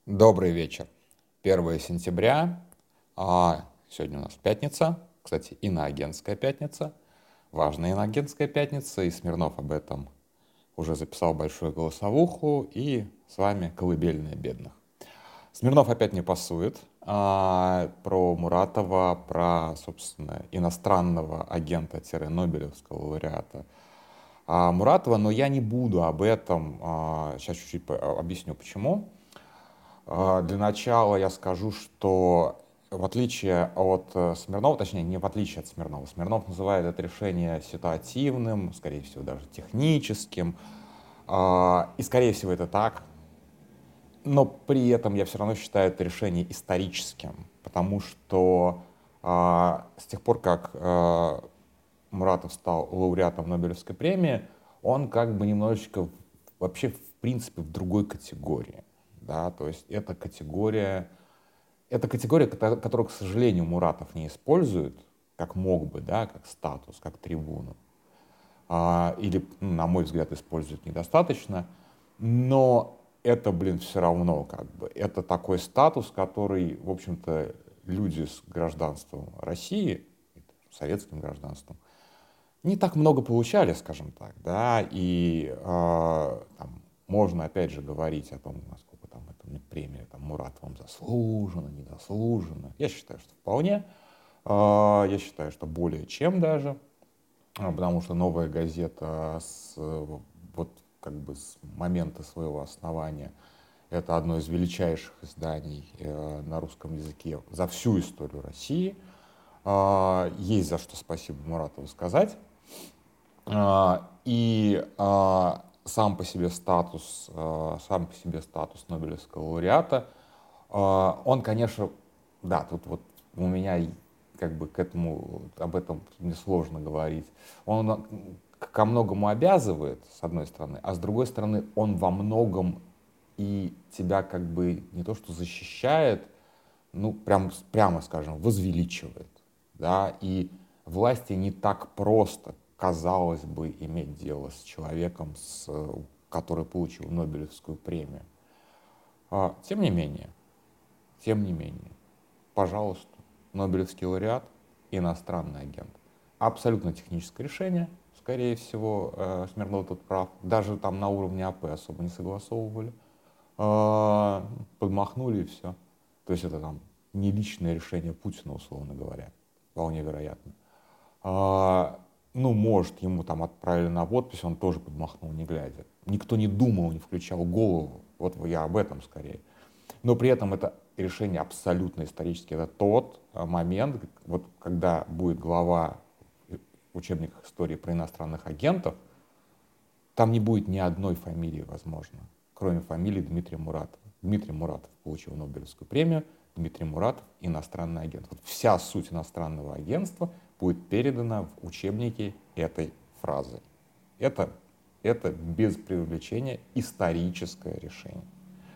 Добрый вечер. 1 сентября. Сегодня у нас пятница. Кстати, иноагентская пятница. Важная иноагентская пятница. И Смирнов об этом уже записал большую голосовуху. И с вами колыбельная бедных. Смирнов опять не пасует про Муратова, про, собственно, иностранного агента-нобелевского лауреата Муратова. Но я не буду об этом. Сейчас чуть-чуть объясню, почему. Для начала я скажу, что в отличие от Смирнова, точнее, не в отличие от Смирнова, Смирнов называет это решение ситуативным, скорее всего, даже техническим, и, скорее всего, это так, но при этом я все равно считаю это решение историческим, потому что с тех пор, как Муратов стал лауреатом Нобелевской премии, он как бы немножечко вообще, в принципе, в другой категории. Да? То есть это категория, которую, к сожалению, Муратов не использует, как мог бы, да, как статус, как трибуну. Или, на мой взгляд, использует недостаточно. Но это, все равно как бы. Это такой статус, который, в общем-то, люди с гражданством России, советским гражданством, не так много получали, скажем так, да, и там, можно опять же говорить о том, насколько там эта премия там, Муратовым заслужена, недослужена. Я считаю, что вполне, я считаю, что более чем даже, потому что «Новая газета» вот как бы с момента своего основания это одно из величайших изданий на русском языке за всю историю России. Есть за что спасибо Муратову сказать. И сам по себе статус Нобелевского лауреата, он, конечно, да, тут вот у меня как бы об этом мне сложно говорить. Он ко многому обязывает, с одной стороны, а с другой стороны, он во многом и тебя как бы не то что защищает, ну, прямо скажем, возвеличивает, да, и власти не так просто, казалось бы, иметь дело с человеком, который получил Нобелевскую премию. Тем не менее, пожалуйста, Нобелевский лауреат, иностранный агент. Абсолютно техническое решение, скорее всего, Смирнов тут прав. Даже там на уровне АП особо не согласовывали. Подмахнули и все. То есть это там не личное решение Путина, условно говоря. Вполне вероятно. Ну, может, ему там отправили на подпись, он тоже подмахнул, не глядя. Никто не думал, не включал голову. Вот я об этом скорее. Но при этом это решение абсолютно историческое. Это тот момент, вот когда будет глава в учебниках истории про иностранных агентов, там не будет ни одной фамилии, возможно, кроме фамилии Дмитрия Муратова. Дмитрий Муратов получил Нобелевскую премию, Дмитрий Муратов — иностранный агент. Вот вся суть иностранного агентства будет передана в учебнике этой фразы. Это без преувеличения историческое решение.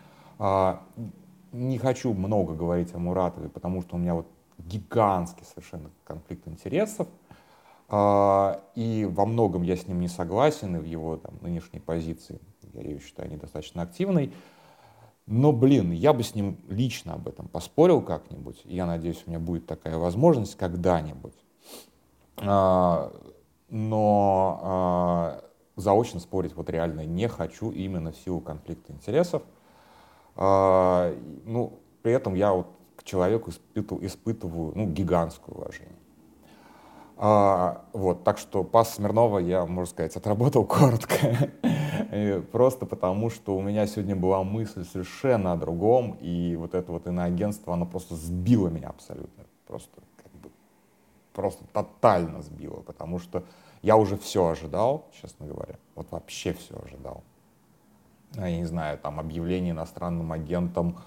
Не хочу много говорить о Муратове, потому что у меня вот гигантский совершенно конфликт интересов. И во многом я с ним не согласен, и в его там, нынешней позиции я ее считаю недостаточно активной. Но, я бы с ним лично об этом поспорил как-нибудь. Я надеюсь, у меня будет такая возможность когда-нибудь. Но заочно спорить вот реально не хочу именно в силу конфликта интересов. Ну, при этом я вот к человеку испытываю гигантское уважение. Вот, так что пас Смирнова я, можно сказать, отработал коротко. Просто потому, что у меня сегодня была мысль совершенно о другом, и вот это вот иноагентство, оно просто сбило меня абсолютно. Просто тотально сбило, потому что я уже все ожидал, честно говоря. Вот вообще все ожидал. Я не знаю, там объявление иностранным агентом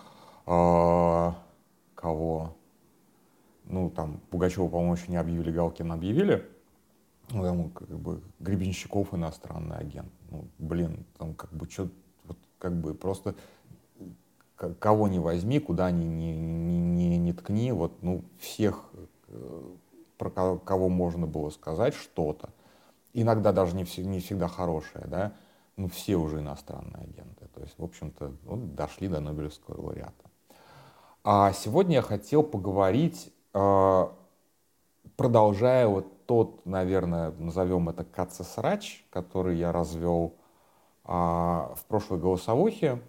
кого? Ну, там, Пугачева, по-моему, еще не объявили, Галкина объявили. Ну, там, как бы, Гребенщиков иностранный агент. Ну, там, как бы, что, вот, как бы, просто кого не возьми, куда не ткни, вот, ну, всех, про кого можно было сказать что-то, иногда даже не всегда хорошее, да, ну, все уже иностранные агенты. То есть, в общем-то, вот, дошли до Нобелевского лауреата. А сегодня я хотел поговорить, продолжая вот тот, наверное, назовем это КЦ-срач, который я развел в прошлой голосовухе.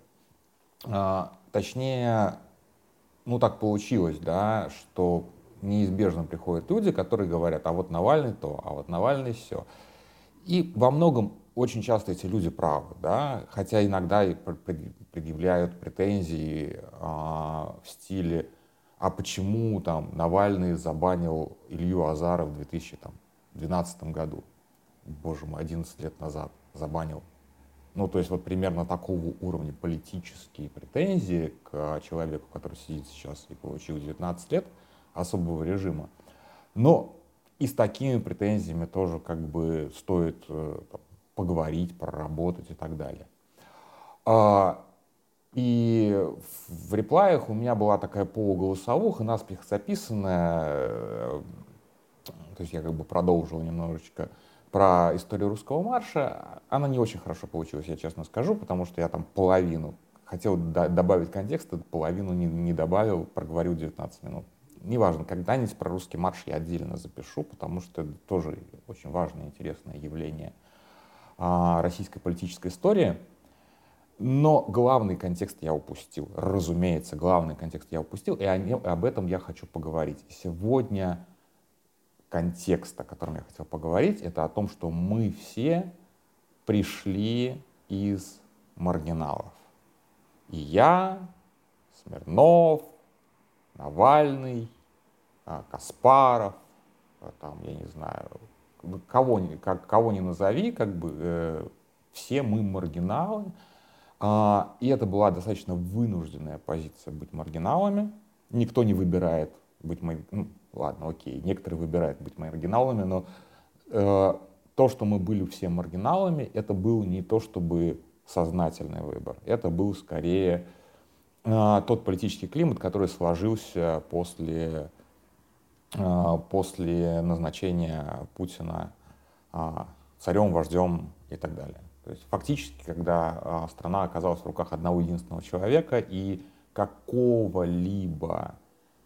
Точнее, ну так получилось, да, что неизбежно приходят люди, которые говорят, а вот Навальный то, а вот Навальный все. И во многом очень часто эти люди правы, да, хотя иногда и предъявляют претензии в стиле, а почему там Навальный забанил Илью Азаров в 2012 году, боже мой, 11 лет назад забанил. Ну, то есть вот примерно такого уровня политические претензии к человеку, который сидит сейчас и получил 19 лет особого режима. Но и с такими претензиями тоже как бы стоит поговорить, проработать и так далее. И в реплаях у меня была такая полуголосовуха, наспех записанная, то есть я как бы продолжил немножечко про историю русского марша. Она не очень хорошо получилась, я честно скажу, потому что я там половину хотел добавить контекста, половину не добавил, проговорил 19 минут. Неважно, когда-нибудь про русский марш я отдельно запишу, потому что это тоже очень важное, интересное явление российской политической истории. Но главный контекст я упустил. Разумеется, главный контекст я упустил, и об этом я хочу поговорить. Сегодня контекст, о котором я хотел поговорить, это о том, что мы все пришли из маргиналов. И я, Смирнов, Навальный, Каспаров, там, я не знаю, кого ни назови, как бы все мы маргиналы. И это была достаточно вынужденная позиция быть маргиналами. Никто не выбирает быть маргиналами. Ну, ладно, окей, некоторые выбирают быть маргиналами, но то, что мы были все маргиналами, это был не то чтобы сознательный выбор. Это был скорее тот политический климат, который сложился после назначения Путина царем, вождем и так далее. То есть фактически, когда страна оказалась в руках одного единственного человека, и какого-либо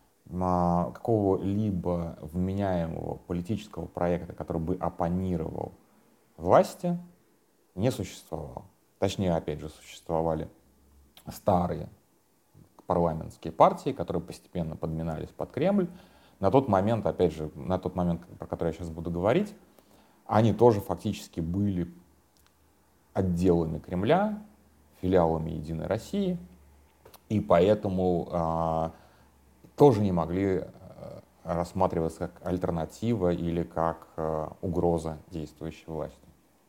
вменяемого политического проекта, который бы оппонировал власти, не существовало. Точнее, опять же, существовали старые парламентские партии, которые постепенно подминались под Кремль. На тот момент, опять же, про который я сейчас буду говорить, они тоже фактически были отделами Кремля, филиалами Единой России, и поэтому тоже не могли рассматриваться как альтернатива или как угроза действующей власти.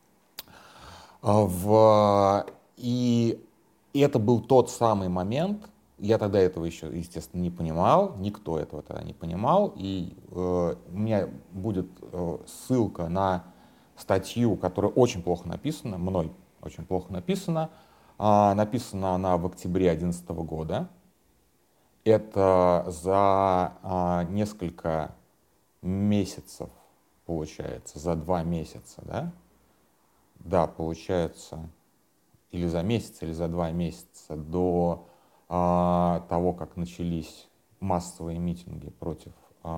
И это был тот самый момент, я тогда этого еще, естественно, не понимал, никто этого тогда не понимал, и у меня будет ссылка на статью, которая очень плохо написана, мной очень плохо написана. Написана она в октябре 2011 года. Это за несколько месяцев, получается, за 2 месяца, да? Да, получается, или за месяц, или за 2 месяца до того, как начались массовые митинги против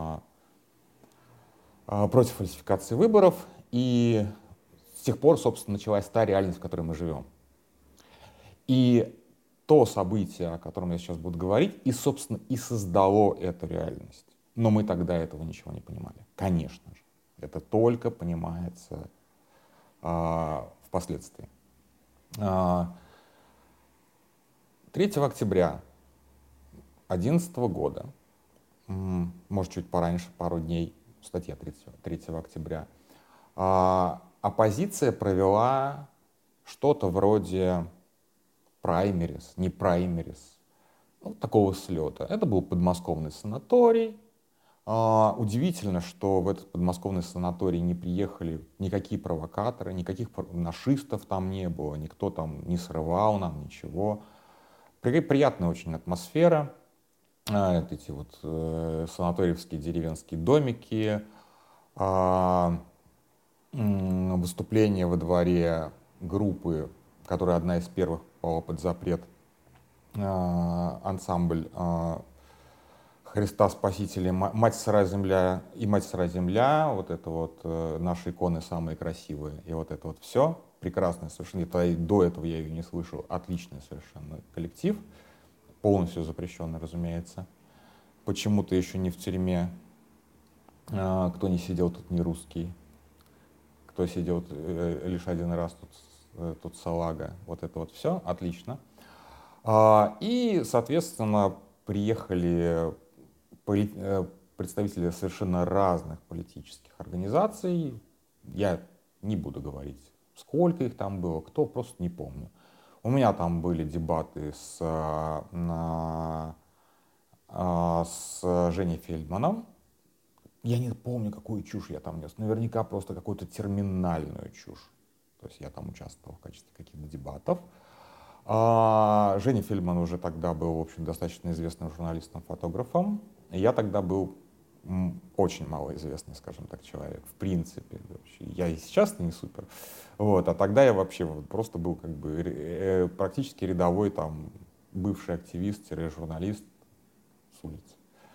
фальсификации выборов. И с тех пор, собственно, началась та реальность, в которой мы живем. И то событие, о котором я сейчас буду говорить, и, собственно, и создало эту реальность. Но мы тогда этого ничего не понимали. Конечно же. Это только понимается впоследствии. 3 октября 2011 года, может, чуть пораньше, пару дней, статья 3 октября, оппозиция провела что-то вроде праймерис, не праймерис, ну, такого слета. Это был подмосковный санаторий. Удивительно, что в этот подмосковный санаторий не приехали никакие провокаторы, никаких нашистов там не было, никто там не срывал нам ничего. Приятная очень атмосфера. Эти вот санаториевские деревенские домики, выступления во дворе группы которая одна из первых попала под запрет, ансамбль Христа Спасителя, Мать Сырая Земля и Мать Сырая Земля, вот это вот наши иконы самые красивые, и вот это вот все прекрасное совершенно. До этого я ее не слышал, отличный совершенно коллектив, полностью запрещенный, разумеется. Почему-то еще не в тюрьме, кто не сидел, тут не русский, кто сидел лишь один раз, тут салага, вот это вот все, отлично. И, соответственно, приехали представители совершенно разных политических организаций. Я не буду говорить, сколько их там было, кто, просто не помню. У меня там были дебаты с Женей Фельдманом. Я не помню, какую чушь я там нес. Наверняка просто какую-то терминальную чушь. То есть я там участвовал в качестве каких-то дебатов. Женя Фельдман уже тогда был, в общем, достаточно известным журналистом-фотографом. Я тогда был очень малоизвестный, скажем так, человек, в принципе. Я и сейчас не супер. Вот, а тогда я вообще просто был как бы практически рядовой там бывший активист-журналист с улицы.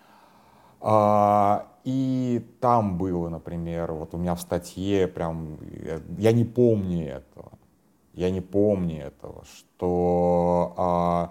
И там было, например, вот у меня в статье прям, я не помню этого. Я не помню этого, что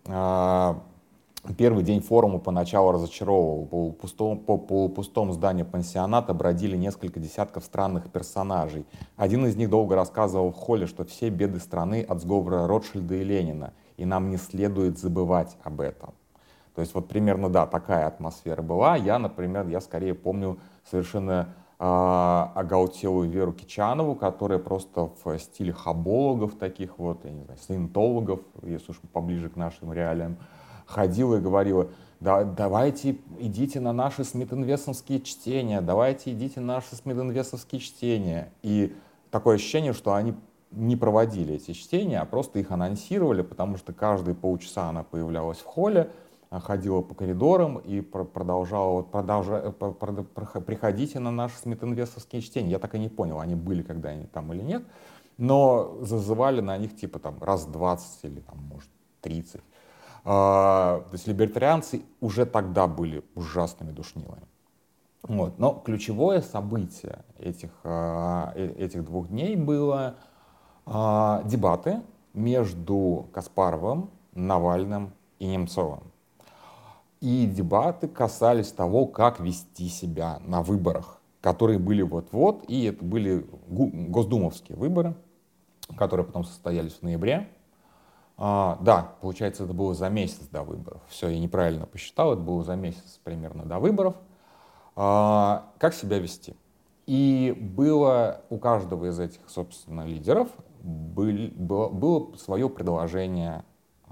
первый день форума поначалу разочаровывал. По полупустому зданию пансионата бродили несколько десятков странных персонажей. Один из них долго рассказывал в холле, что все беды страны от сговора Ротшильда и Ленина, и нам не следует забывать об этом. То есть вот примерно, да, такая атмосфера была. Я скорее помню совершенно оголтелую Веру Кичанову, которая просто в стиле хабологов таких вот, я не знаю, саентологов, если уж поближе к нашим реалиям, ходила и говорила: давайте идите на наши смит-инвестовские чтения, давайте идите на наши смит-инвестовские чтения. И такое ощущение, что они не проводили эти чтения, а просто их анонсировали, потому что каждые полчаса она появлялась в холле, ходила по коридорам и продолжала приходите на наши смит-инвестовские чтения. Я так и не понял, они были когда-нибудь там или нет, но зазывали на них типа там раз 20 или там, может, 30. То есть либертарианцы уже тогда были ужасными душнилами. Вот. Но ключевое событие этих 2 дней было дебаты между Каспаровым, Навальным и Немцовым. И дебаты касались того, как вести себя на выборах, которые были вот-вот, и это были госдумовские выборы, которые потом состоялись в ноябре. Да, получается, это было за месяц до выборов. Все, я неправильно посчитал, это было за месяц примерно до выборов. Как себя вести? И было у каждого из этих, собственно, лидеров было свое предложение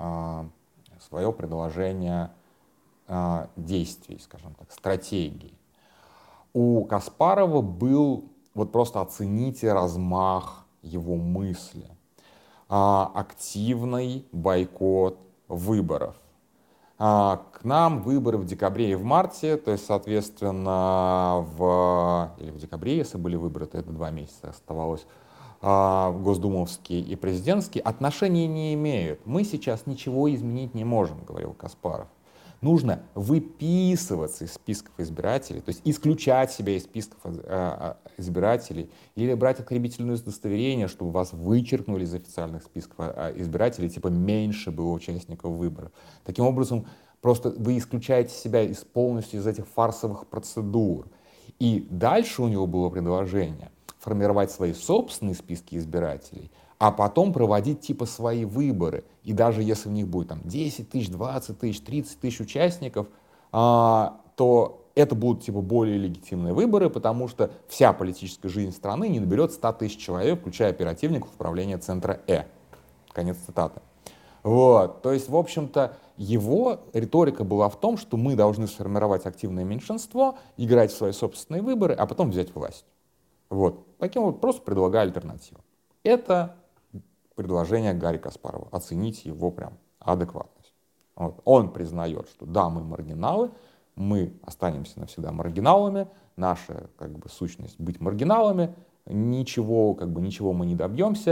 действий, скажем так, стратегий. У Каспарова был, вот просто оцените размах его мысли, активный бойкот выборов. К нам выборы в декабре и в марте, то есть, соответственно, или в декабре, если были выборы, то это 2 месяца оставалось, госдумовские и президентские, отношения не имеют. Мы сейчас ничего изменить не можем, говорил Каспаров. Нужно выписываться из списков избирателей, то есть исключать себя из списков избирателей, или брать оскорбительное удостоверение, чтобы вас вычеркнули из официальных списков избирателей, типа меньше было участников выборов. Таким образом, просто вы исключаете себя полностью из этих фарсовых процедур. И дальше у него было предложение формировать свои собственные списки избирателей, а потом проводить типа свои выборы. И даже если в них будет там 10 тысяч, 20 тысяч, 30 тысяч участников, то это будут типа более легитимные выборы, потому что вся политическая жизнь страны не наберет 100 тысяч человек, включая оперативников управления центра Конец цитаты. Вот. То есть, в общем-то, его риторика была в том, что мы должны сформировать активное меньшинство, играть в свои собственные выборы, а потом взять власть. Вот. Таким вот просто предлагаю альтернативу. Это предложение Гарри Каспарова. Оцените его прям адекватность. Вот. Он признает, что да, мы маргиналы, мы останемся навсегда маргиналами, наша как бы сущность быть маргиналами, ничего мы не добьемся,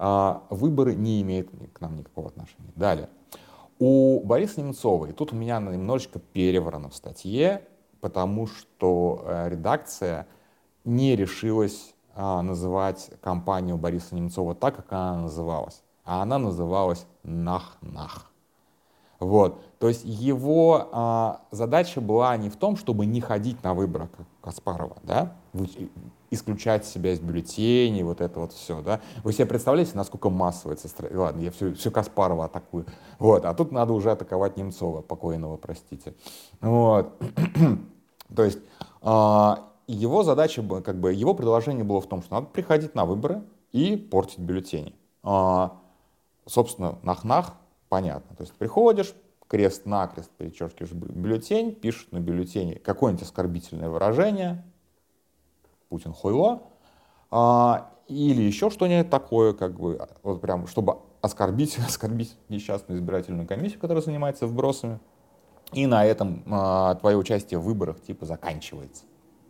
выборы не имеют к нам никакого отношения. Далее. У Бориса Немцова, и тут у меня немножечко переврано в статье, потому что редакция не решилась называть кампанию Бориса Немцова так, как она называлась. А она называлась «Нах-Нах». Вот. То есть его задача была не в том, чтобы не ходить на выборы, как Каспарова, да? Исключать себя из бюллетеней, вот это вот все, да? Вы себе представляете, насколько массово это... Ладно, я все Каспарова атакую. Вот. А тут надо уже атаковать Немцова, покойного, простите. Вот. То есть его задача, как бы, его предложение было в том, что надо приходить на выборы и портить бюллетени. Собственно, нах-нах, понятно. То есть приходишь, крест-накрест перечеркиваешь бюллетень, пишешь на бюллетене какое-нибудь оскорбительное выражение, Путин хуйло, или еще что-нибудь такое, как бы, вот прям, чтобы оскорбить несчастную избирательную комиссию, которая занимается вбросами, и на этом твое участие в выборах типа заканчивается.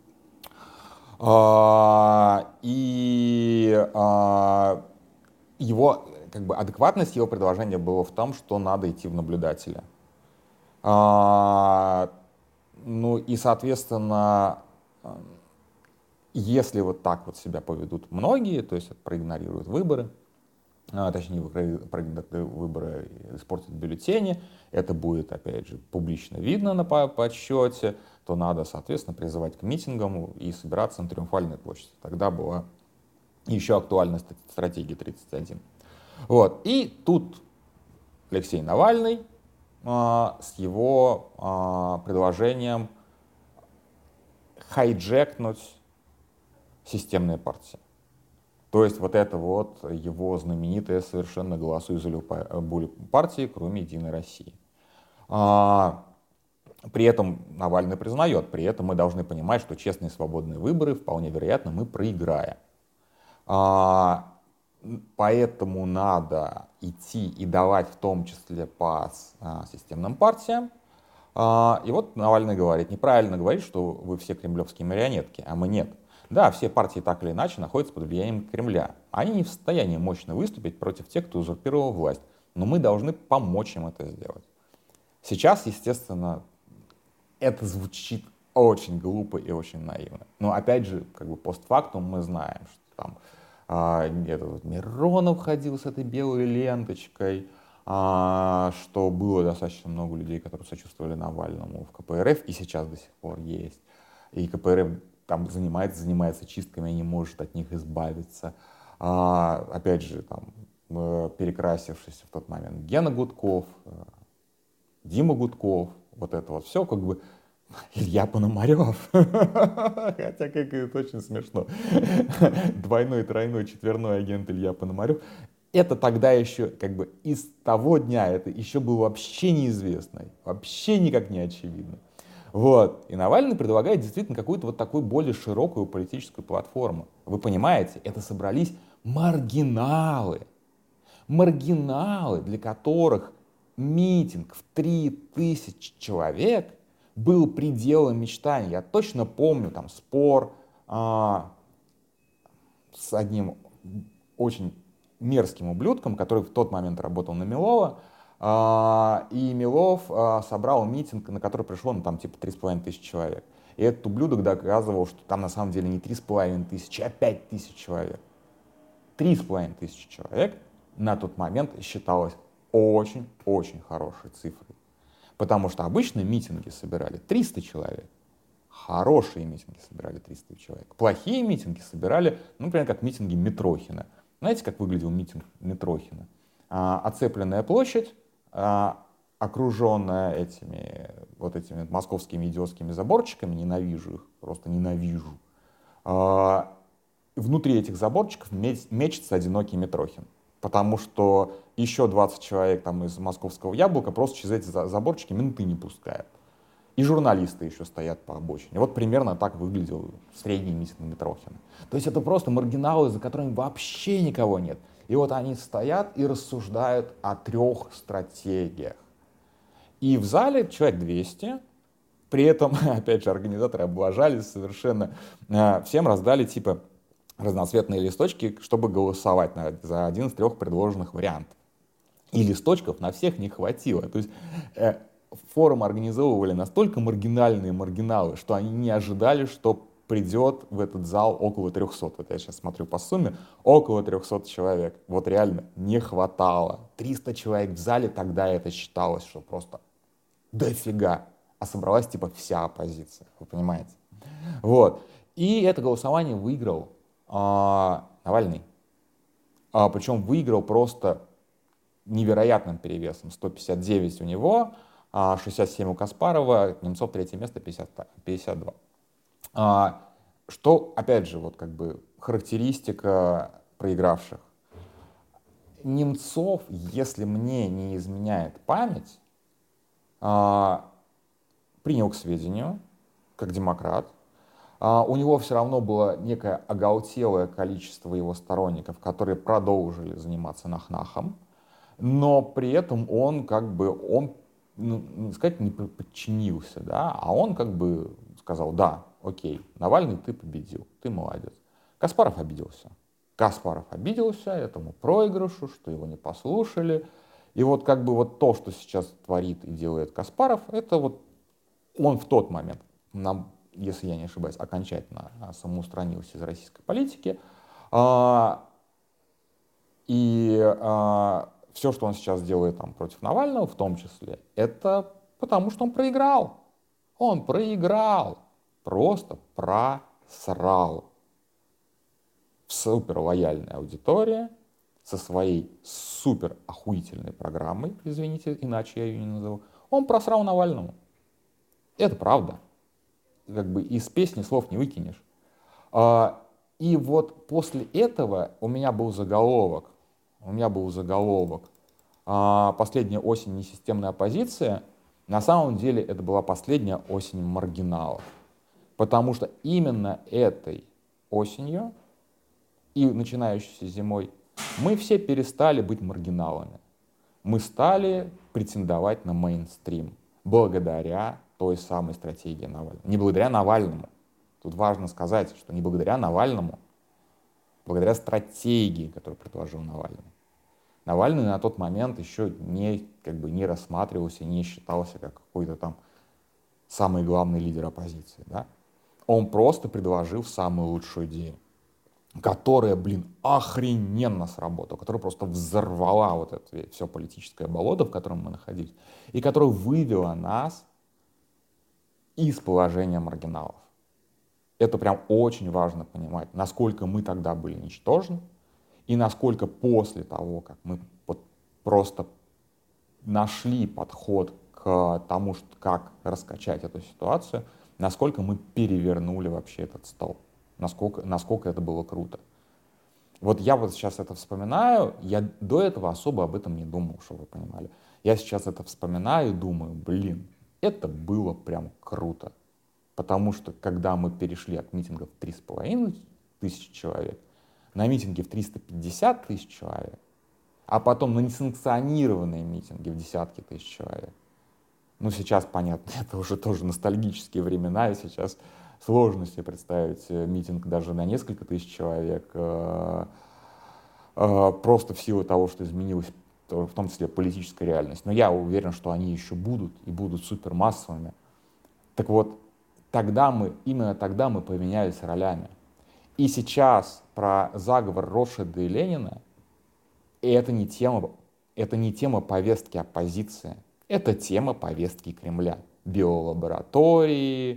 Его, как бы, адекватность его предложения была в том, что надо идти в наблюдателя. Ну и, соответственно, если вот так вот себя поведут многие, то есть проигнорируют выборы, точнее, проигнорируют выборы, испортят бюллетени, это будет, опять же, публично видно на подсчете, то надо, соответственно, призывать к митингам и собираться на Триумфальной площади. Тогда была еще актуальна стратегия 31. Вот. И тут Алексей Навальный с его предложением хайджекнуть системные партии. То есть вот это вот его знаменитое совершенно «Голосуй за любую партию, кроме Единой России». При этом Навальный признает, при этом мы должны понимать, что честные свободные выборы вполне вероятно мы проиграем. Поэтому надо идти и давать в том числе пас системным партиям. И вот Навальный говорит, неправильно говорит, что вы все кремлевские марионетки, а мы нет. Да, все партии так или иначе находятся под влиянием Кремля. Они не в состоянии мощно выступить против тех, кто узурпировал власть. Но мы должны помочь им это сделать. Сейчас, естественно, это звучит очень глупо и очень наивно. Но опять же, как бы постфактум мы знаем, что там вот Миронов ходил с этой белой ленточкой, что было достаточно много людей, которые сочувствовали Навальному в КПРФ, и сейчас до сих пор есть. И КПРФ там занимается чистками и не может от них избавиться. Опять же, там, перекрасившийся в тот момент Гена Гудков, Дима Гудков, вот это вот все как бы Илья Пономарев. Хотя как это очень смешно. Двойной, тройной, четверной агент Илья Пономарев. Это тогда еще как бы из того дня это еще было вообще неизвестно, вообще никак не очевидно. Вот. И Навальный предлагает действительно какую-то вот такую более широкую политическую платформу. Вы понимаете, это собрались маргиналы. Маргиналы, для которых митинг в 3000 человек был пределом мечтаний. Я точно помню там спор с одним очень мерзким ублюдком, который в тот момент работал на Милова, и Милов собрал митинг, на который пришло, ну, там типа 3500 человек. И этот ублюдок доказывал, что там на самом деле не 3500, а 5000 человек. 3500 человек на тот момент считалось очень-очень хорошей цифрой. Потому что обычно митинги собирали 300 человек. Хорошие митинги собирали 300 человек. Плохие митинги собирали, ну, например, как митинги Митрохина. Знаете, как выглядел митинг Митрохина? Оцепленная площадь, окруженная этими московскими идиотскими заборчиками, ненавижу их, просто ненавижу. Внутри этих заборчиков мечется одинокий Митрохин. Потому что еще 20 человек там из московского Яблока просто через эти заборчики менты не пускают. И журналисты еще стоят по обочине. Вот примерно так выглядел средний митинг Митрохина. То есть это просто маргиналы, за которыми вообще никого нет. И вот они стоят и рассуждают о 3 стратегиях. И в зале человек 200. При этом, опять же, организаторы облажались совершенно. Всем раздали типа разноцветные листочки, чтобы голосовать за один из 3 предложенных вариантов. И листочков на всех не хватило. То есть форум организовывали настолько маргинальные маргиналы, что они не ожидали, что придет в этот зал около 300. Вот я сейчас смотрю по сумме, около 300 человек. Вот реально не хватало. 300 человек в зале, тогда это считалось, что просто дофига. А собралась типа вся оппозиция, вы понимаете? Вот. И это голосование выиграл Навальный. Причем выиграл просто невероятным перевесом. 159 у него, 67 у Каспарова, Немцов третье место, 52. Что, опять же, вот как бы характеристика проигравших. Немцов, если мне не изменяет память, принял к сведению, как демократ. У него все равно было некое оголтелое количество его сторонников, которые продолжили заниматься нахнахом, но при этом он как бы, не сказать, не подчинился, да, а он как бы сказал: да, окей, Навальный, ты победил, ты молодец. Каспаров обиделся. Каспаров обиделся этому проигрышу, что его не послушали. И вот как бы вот то, что сейчас творит и делает Каспаров, это вот он в тот момент, если я не ошибаюсь, окончательно самоустранился из российской политики. И все, что он сейчас делает там против Навального, в том числе, это потому, что он проиграл. Он проиграл. Просто просрал. Супер лояльная аудитория со своей супер охуительной программой, извините, иначе я ее не назову. Он просрал Навальному. Это правда. Как бы из песни слов не выкинешь. И вот после этого у меня был заголовок. «Последняя осень несистемная оппозиция». На самом деле это была последняя осень маргиналов. Потому что именно этой осенью и начинающейся зимой мы все перестали быть маргиналами. Мы стали претендовать на мейнстрим благодаря той самой стратегии Навального. Не благодаря Навальному. Тут важно сказать, что не благодаря Навальному, благодаря стратегии, которую предложил Навальный. Навальный на тот момент еще не рассматривался, не считался как какой-то там самый главный лидер оппозиции. Да? Он просто предложил самую лучшую идею, которая, охрененно сработала, которая просто взорвала вот это все политическое болото, в котором мы находились, и которая вывела нас из положения маргиналов. Это прям очень важно понимать, насколько мы тогда были ничтожны, и насколько после того, как мы вот просто нашли подход к тому, как раскачать эту ситуацию, насколько мы перевернули вообще этот стол, насколько это было круто. Вот я вот сейчас это вспоминаю, я до этого особо об этом не думал, чтобы вы понимали. Я сейчас это вспоминаю и думаю, это было прям круто. Потому что когда мы перешли от митингов в 3,5 тысячи человек на митинги в 350 тысяч человек, а потом на несанкционированные митинги в десятки тысяч человек. Сейчас, понятно, это уже тоже ностальгические времена, и сейчас сложно себе представить митинг даже на несколько тысяч человек, просто в силу того, что изменилась в том числе политическая реальность. Но я уверен, что они еще будут, и будут супермассовыми. Так вот, именно тогда мы поменялись ролями. И сейчас про заговор Ротшильда и Ленина это не тема повестки оппозиции, это тема повестки Кремля. Биолаборатории,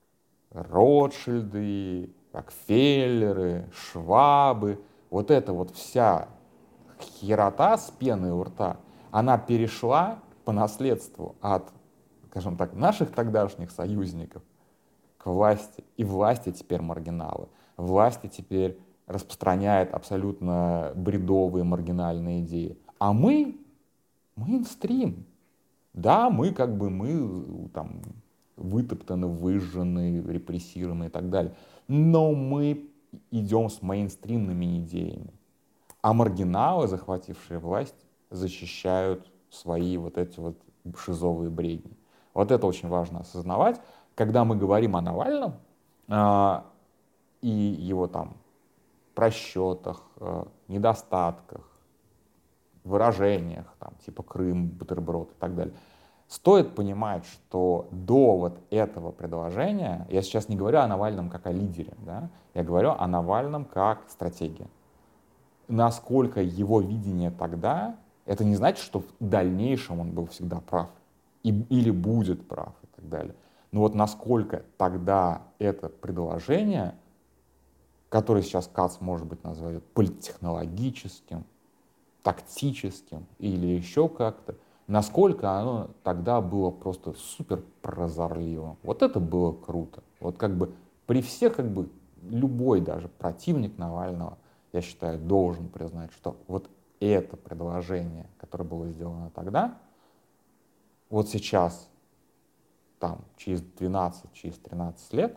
Ротшильды, Рокфеллеры, Швабы. Вот эта вот вся херота с пеной у рта, она перешла по наследству от, скажем так, наших тогдашних союзников к власти. И власти теперь маргиналы. Власти теперь распространяет абсолютно бредовые маргинальные идеи. А мы мейнстрим. Да, мы там вытоптаны, выжжены, репрессированы и так далее. Но мы идем с мейнстримными идеями. А маргиналы, захватившие власть, защищают свои вот эти вот шизовые бредни. Вот это очень важно осознавать. Когда мы говорим о Навальном и его там просчетах, недостатках, выражениях, там, типа Крым, бутерброд и так далее. Стоит понимать, что до вот этого предложения, я сейчас не говорю о Навальном как о лидере, да, я говорю о Навальном как стратегии. Насколько его видение тогда, это не значит, что в дальнейшем он был всегда прав или будет прав и так далее. Но вот насколько тогда это предложение, которое сейчас Кац, может быть, назовет политтехнологическим, тактическим или еще как-то, насколько оно тогда было просто супер прозорливым. Вот это было круто. Вот как бы при всех, как бы любой даже противник Навального, я считаю, должен признать, что вот это предложение, которое было сделано тогда, вот сейчас, там, через 12, через 13 лет,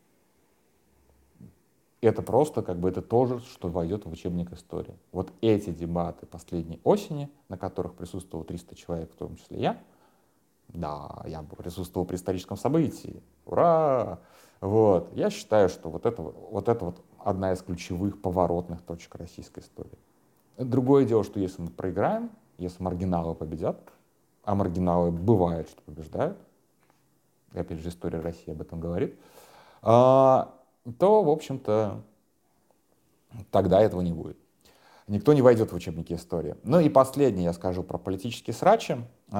это просто, как бы, это тоже, что войдет в учебник истории. Вот эти дебаты последней осени, на которых присутствовало 300 человек, в том числе я, да, я присутствовал при историческом событии, ура! Вот, я считаю, что вот это одна из ключевых поворотных точек российской истории. Другое дело, что если мы проиграем, если маргиналы победят, а маргиналы бывает, что побеждают, и опять же история России об этом говорит, то, в общем-то, тогда этого не будет. Никто не войдет в учебники истории. Ну и последнее я скажу про политические срачи.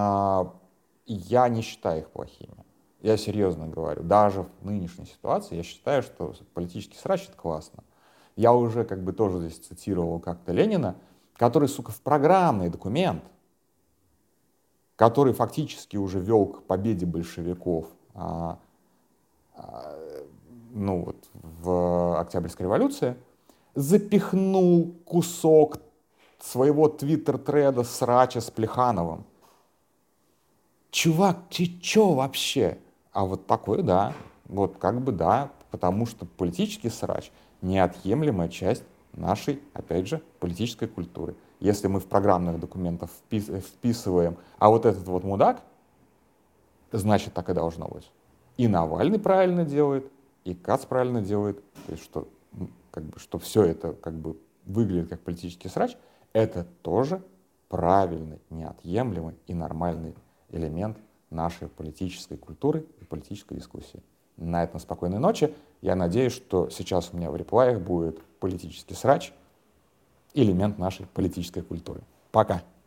Я не считаю их плохими. Я серьезно говорю. Даже в нынешней ситуации я считаю, что политический срач — это классно. Я уже как бы тоже здесь цитировал как-то Ленина, который, сука, в программный документ, который фактически уже вел к победе большевиков, ну вот, в Октябрьской революции, запихнул кусок своего твиттер-треда срача с Плехановым. Чувак, ты чё вообще? А вот такой, да, вот как бы да, потому что политический срач — неотъемлемая часть нашей, опять же, политической культуры. Если мы в программных документах вписываем, а вот этот вот мудак, значит, так и должно быть. И Навальный правильно делает, и Кац правильно делает, то есть что, как бы, что все это как бы выглядит как политический срач, это тоже правильный, неотъемлемый и нормальный элемент нашей политической культуры и политической дискуссии. На этом спокойной ночи. Я надеюсь, что сейчас у меня в реплаях будет политический срач, элемент нашей политической культуры. Пока!